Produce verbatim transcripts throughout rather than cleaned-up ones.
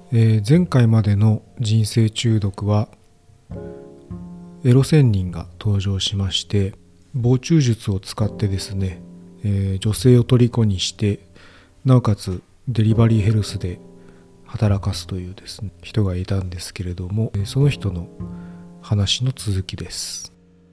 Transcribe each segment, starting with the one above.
えー前回までの人生中毒はエロ仙人が登場しまして、傍中術を使ってですね、えー女性を虜にしてなおかつデリバリーヘルスで働かすというですね人がいたんですけれども、えーその人の話の続きです。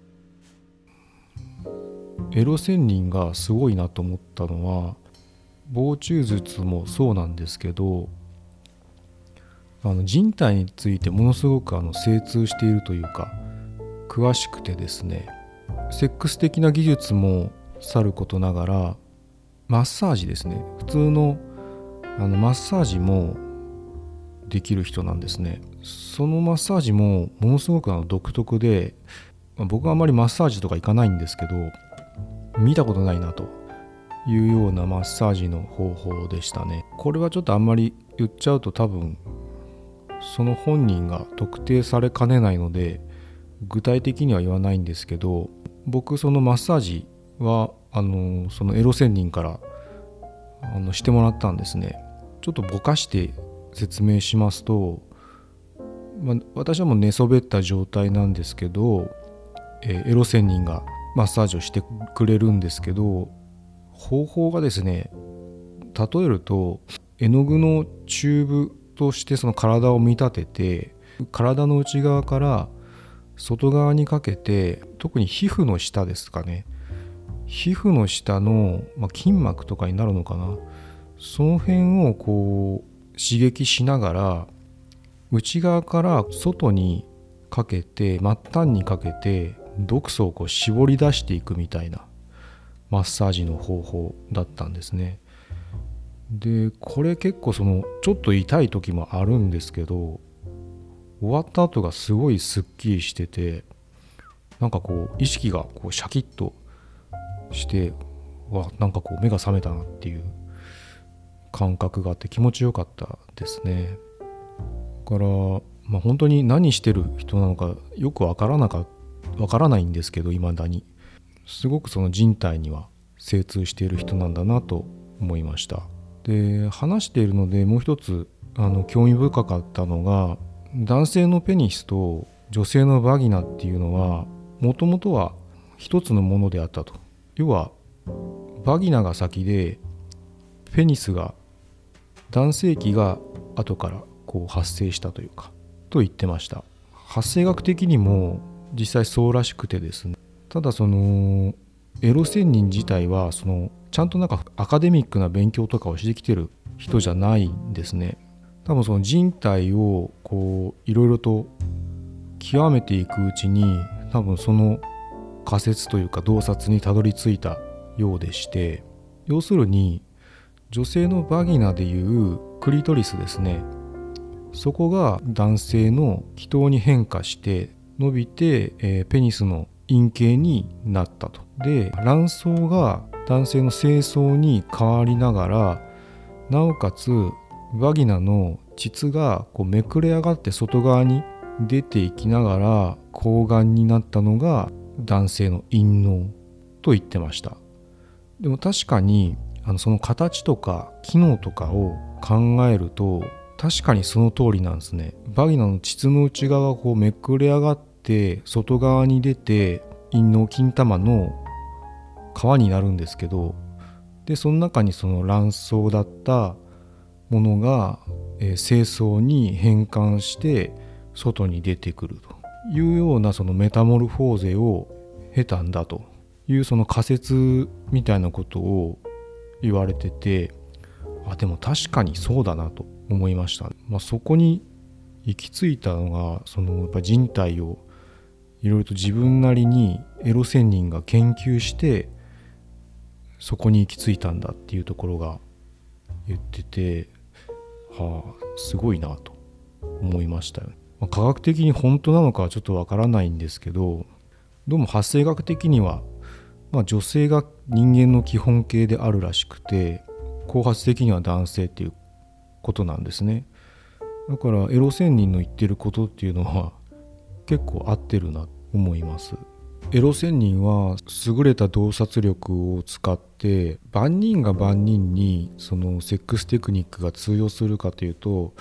エロ仙人がすごいなと思ったのは、傍中術もそうなんですけど、あの人体についてものすごくあの精通しているというか詳しくてですね、セックス的な技術もさることながら、マッサージですね、普通のあのマッサージもできる人なんですね。そのマッサージもものすごくあの独特で、まあ僕はあまりマッサージとか行かないんですけど、見たことないなというようなマッサージの方法でしたね。これはちょっとあんまり言っちゃうと多分その本人が特定されかねないので具体的には言わないんですけど、僕そのマッサージはあのそのエロ仙人からあのしてもらったんですね。ちょっとぼかして説明しますと、まあ、私はもう寝そべった状態なんですけど、えーエロ仙人がマッサージをしてくれるんですけど、方法がですね、例えると絵の具のチューブとしてその体を見立てて、体の内側から外側にかけて、特に皮膚の下ですかね、皮膚の下の、まあ、筋膜とかになるのかな、その辺をこう刺激しながら内側から外にかけて、末端にかけて毒素をこう絞り出していくみたいなマッサージの方法だったんですね。でこれ結構そのちょっと痛い時もあるんですけど、終わった後がすごいスッキリしてて、なんかこう意識がこうシャキッとして、わなんかこう目が覚めたなっていう感覚があって気持ちよかったですね。だから、まあ、本当に何してる人なのかよくわからなかわからないんですけど、未だにすごくその人体には精通している人なんだなと思いました。で話しているのでもう一つあの興味深かったのが、男性のペニスと女性のバギナっていうのはもともとは一つのものであったと。要はバギナが先でペニスが、男性器が後からこう発生したというかと言ってました。発生学的にも実際そうらしくてですね、ただそのエロ仙人自体はそのちゃんとなんかアカデミックな勉強とかをしてきてる人じゃないんですね。多分その人体をこういろいろと極めていくうちに、多分その仮説というか洞察にたどり着いたようでして、要するに女性のバギナでいうクリトリスですね、そこが男性の気筒に変化して伸びて、えーペニスの陰茎になったと。で卵巣が男性の精巣に変わりながら、なおかつバギナの膣がこうめくれ上がって外側に出ていきながら睾丸になったのが男性の陰嚢と言ってました。でも確かにあのその形とか機能とかを考えると確かにその通りなんですね。バギナの膣の内側がこうめくれ上がって外側に出て陰嚢金玉の皮になるんですけど、でその中にその卵巣だったものが、えー精巣に変換して外に出てくるというようなそのメタモルフォーゼを経たんだというその仮説みたいなことを言われてて、あでも確かにそうだなと思いました。まあ、そこに行き着いたのがそのやっぱ人体をいろいろと自分なりにエロ仙人が研究してそこに行き着いたんだっていうところが言ってて、はあすごいなと思いましたよね。まあ、科学的に本当なのかはちょっとわからないんですけど、どうも発生学的には、まあ、女性が人間の基本形であるらしくて、後発的には男性っていうことなんですね。だからエロ仙人の言ってることっていうのは結構合ってるなと思います。エロ仙人は優れた洞察力を使って万人が万人にそのセックステクニックが通用するかというと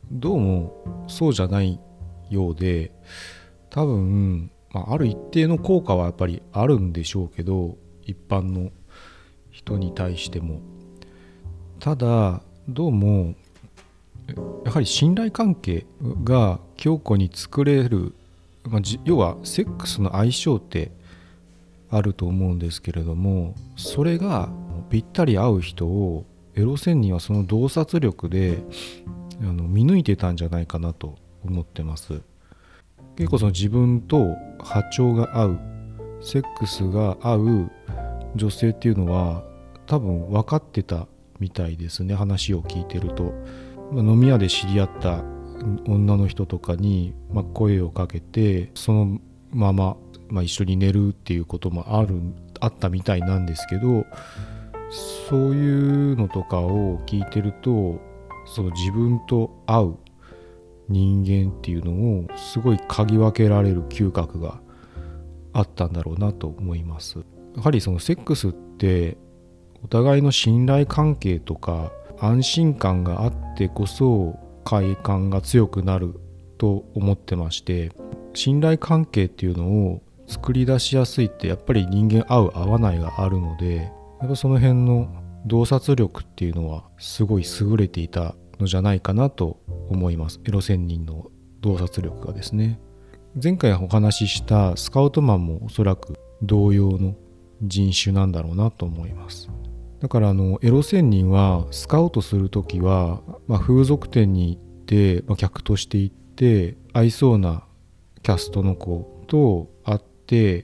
どうもそうじゃないようで、多分、まあ、ある一定の効果はやっぱりあるんでしょうけど、一般の人に対しても。ただどうもやはり信頼関係が強固に作れる、まあ、要はセックスの相性ってあると思うんですけれども、それがぴったり合う人をエロ仙人はその洞察力であの見抜いてたんじゃないかなと思ってます。結構その自分と波長が合う、セックスが合う女性っていうのは多分分かってたみたいですね、話を聞いてると。まあ、飲み屋で知り合った女の人とかに、まあ、声をかけてそのまま、まあ、一緒に寝るっていうこともあるあったみたいなんですけど、そういうのとかを聞いてると、その自分と合う人間っていうのをすごい嗅ぎ分けられる嗅覚があったんだろうなと思います。やはりそのセックスってお互いの信頼関係とか安心感があってこそ快感が強くなると思ってまして、信頼関係っていうのを作り出しやすいってやっぱり人間合う合わないがあるので、やっぱその辺の洞察力っていうのはすごい優れていたのじゃないかなと思います。エロ仙人の洞察力がですね。前回お話ししたスカウトマンもおそらく同様の人種なんだろうなと思います。だからあのエロ仙人はスカウトするときは、まあ、風俗店に行って、まあ、客として行って合いそうなキャストの子と会って、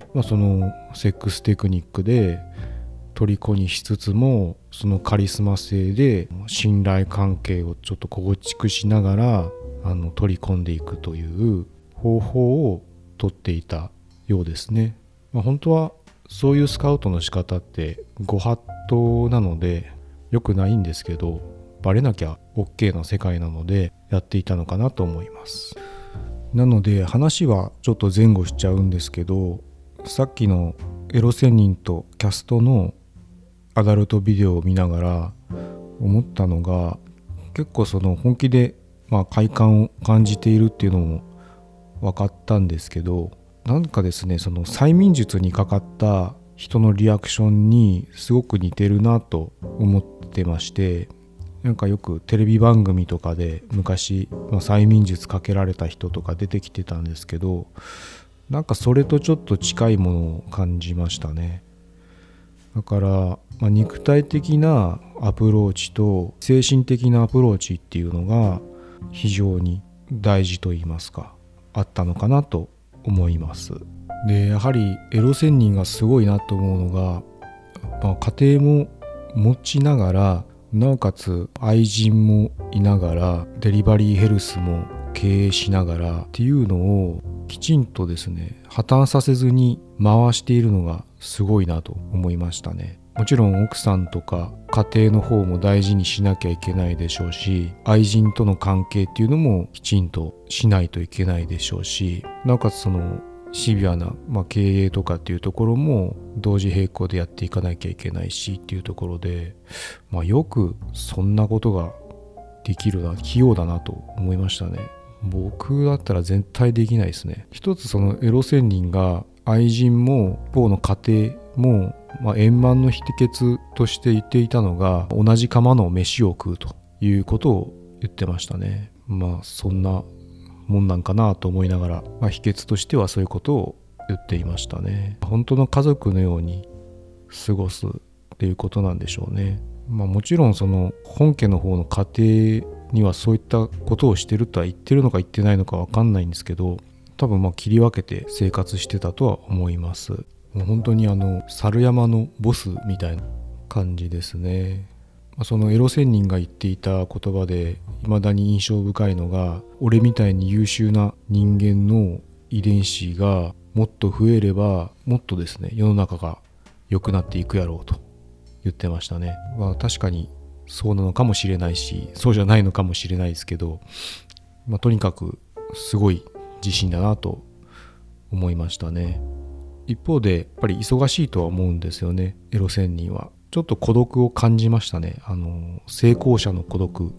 まあ、そのセックステクニックで虜にしつつも、そのカリスマ性で信頼関係をちょっと構築しながらあの取り込んでいくという方法をとっていたようですね。まあ、本当はそういうスカウトの仕方ってご法度なので良くないんですけど、バレなきゃ OK な世界なのでやっていたのかなと思います。なので話はちょっと前後しちゃうんですけど、さっきのエロ仙人とキャストのアダルトビデオを見ながら思ったのが、結構その本気でまあ快感を感じているっていうのも分かったんですけど、なんかですね、その催眠術にかかった人のリアクションにすごく似てるなと思ってまして、なんかよくテレビ番組とかで昔、まあ、催眠術かけられた人とか出てきてたんですけど、なんかそれとちょっと近いものを感じましたね。だから、まあ、肉体的なアプローチと精神的なアプローチっていうのが非常に大事と言いますか、あったのかなと思います。で、やはりエロ仙人がすごいなと思うのが、まあ、家庭も持ちながら、なおかつ愛人もいながら、デリバリーヘルスも経営しながらっていうのをきちんとですね、破綻させずに回しているのがすごいなと思いましたね。もちろん奥さんとか家庭の方も大事にしなきゃいけないでしょうし、愛人との関係っていうのもきちんとしないといけないでしょうし、なおかつそのシビアな、まあ、経営とかっていうところも同時並行でやっていかなきゃいけないしっていうところで、まあ、よくそんなことができるな、器用だなと思いましたね。僕だったら絶対できないですね。一つそのエロ仙人が愛人も一方の家庭も、まあ、円満の秘訣として言っていたのが、同じ釜の飯を食うということを言ってましたね。まあそんなもんなんかなと思いながら、まあ、秘訣としてはそういうことを言っていましたね。本当の家族のように過ごすっていうことなんでしょうね。まあもちろんその本家の方の家庭にはそういったことをしてるとは言ってるのか言ってないのか分かんないんですけど、多分まあ切り分けて生活してたとは思います。もう本当にあの猿山のボスみたいな感じですね。そのエロ仙人が言っていた言葉で未だに印象深いのが、俺みたいに優秀な人間の遺伝子がもっと増えればもっとですね、世の中が良くなっていくやろうと言ってましたね。まあ確かにそうなのかもしれないし、そうじゃないのかもしれないですけど、まあ、とにかくすごい自信だなと思いましたね。一方でやっぱり忙しいとは思うんですよね、エロ仙人は。ちょっと孤独を感じましたね。あの成功者の孤独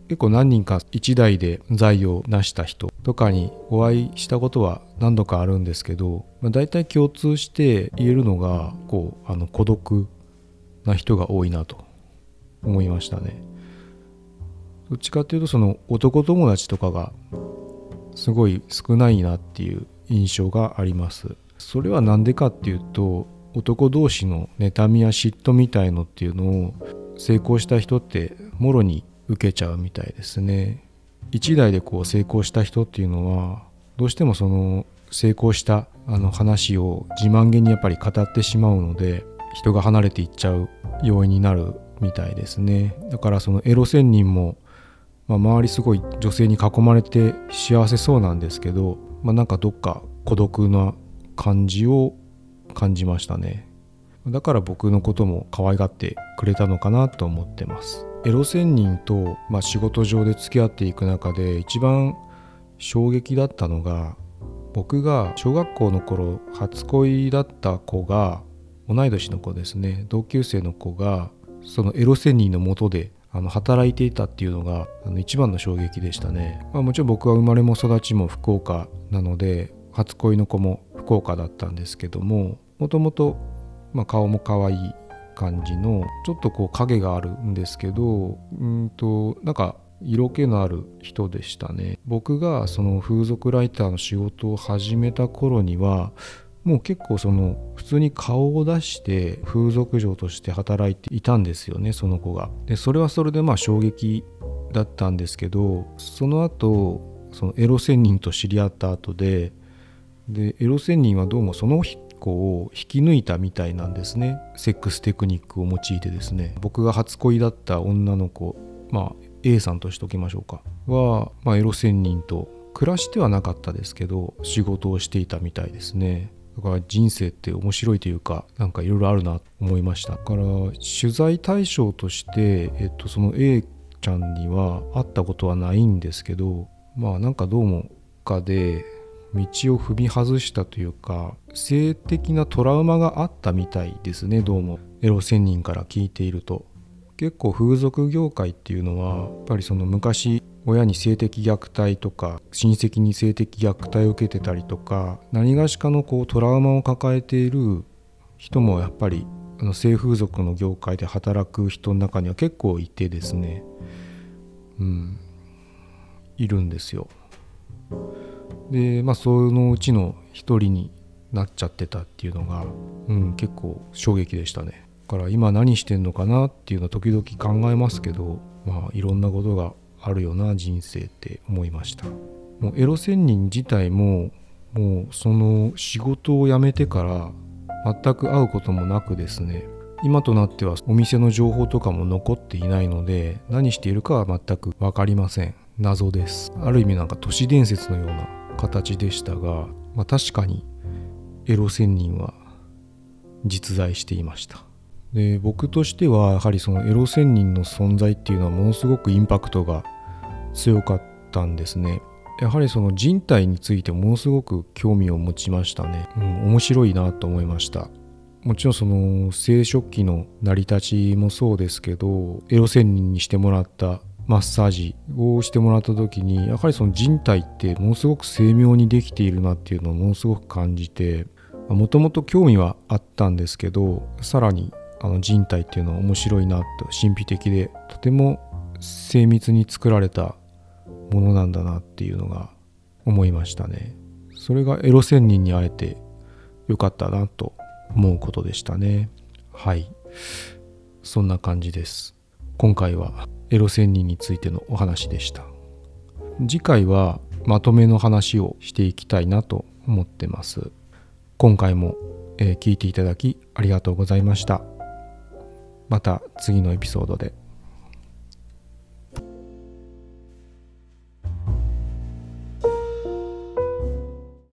結構何人か一代で財を成した人とかにお会いしたことは何度かあるんですけど、まあ、大体共通して言えるのがこうあの孤独な人が多いなと思いましたね。どっちかっていうとその男友達とかがすごい少ないなっていう印象があります。それはなんでかっていうと、男同士の妬みや嫉妬みたいのっていうのを成功した人ってもろに受けちゃうみたいですね。一代でこう成功した人っていうのはどうしてもその成功したあの話を自慢げにやっぱり語ってしまうので、人が離れていっちゃう要因になるみたいですね。だからそのエロ仙人も、まあ、周りすごい女性に囲まれて幸せそうなんですけど、まあ、なんかどっか孤独な感じを感じましたね。だから僕のことも可愛がってくれたのかなと思ってます。エロ仙人と、まあ、仕事上で付き合っていく中で一番衝撃だったのが、僕が小学校の頃初恋だった子が、同い年の子ですね、同級生の子がそのエロ仙人の下であの働いていたっていうのがあの一番の衝撃でしたね。まあ、もちろん僕は生まれも育ちも福岡なので初恋の子も福岡だったんですけども、もともと顔も可愛い感じのちょっとこう影があるんですけど、うんとなんか色気のある人でしたね。僕がその風俗ライターの仕事を始めた頃にはもう結構その普通に顔を出して風俗嬢として働いていたんですよね、その子が。でそれはそれでまあ衝撃だったんですけど、その後そのエロ仙人と知り合った後ででエロ仙人はどうもその子を引き抜いたみたいなんですね。セックステクニックを用いてですね、僕が初恋だった女の子、まあ A さんとしておきましょうかは、まあ、エロ仙人と暮らしてはなかったですけど仕事をしていたみたいですね。だから人生って面白いというか、なんかいろいろあるなと思いました。だから取材対象として、えっと、その A ちゃんには会ったことはないんですけど、まあなんかどうもかで道を踏み外したというか、性的なトラウマがあったみたいですね。どうもエロ仙人から聞いていると、結構風俗業界っていうのはやっぱりその昔親に性的虐待とか親戚に性的虐待を受けてたりとか、何がしかのこうトラウマを抱えている人もやっぱりあの性風俗の業界で働く人の中には結構いてですね、うんいるんですよ。でまあそのうちの一人になっちゃってたっていうのが、うん、結構衝撃でしたね。だから今何してんのかなっていうのは時々考えますけど、まあいろんなことがあるよな人生って思いました。もうエロ仙人自体ももうその仕事を辞めてから全く会うこともなくですね、今となってはお店の情報とかも残っていないので何しているかは全く分かりません。謎です。ある意味なんか都市伝説のような形でしたが、まあ、確かにエロ仙人は実在していました。で僕としてはやはりそのエロ仙人の存在っていうのはものすごくインパクトが強かったんですね。やはりその人体についてものすごく興味を持ちましたね。うん、面白いなと思いました。もちろんその生殖器の成り立ちもそうですけど、エロ仙人にしてもらったマッサージをしてもらった時にやはりその人体ってものすごく精妙にできているなっていうのをものすごく感じて、もともと興味はあったんですけど、さらにあの人体っていうのは面白いなと、神秘的でとても精密に作られたものなんだなっていうのが思いましたね。それがエロ仙人に会えてよかったなと思うことでしたね。はい、そんな感じです。今回はエロ仙人についてのお話でした。次回はまとめの話をしていきたいなと思ってます。今回も、えー、聞いていただきありがとうございました。また次のエピソードで。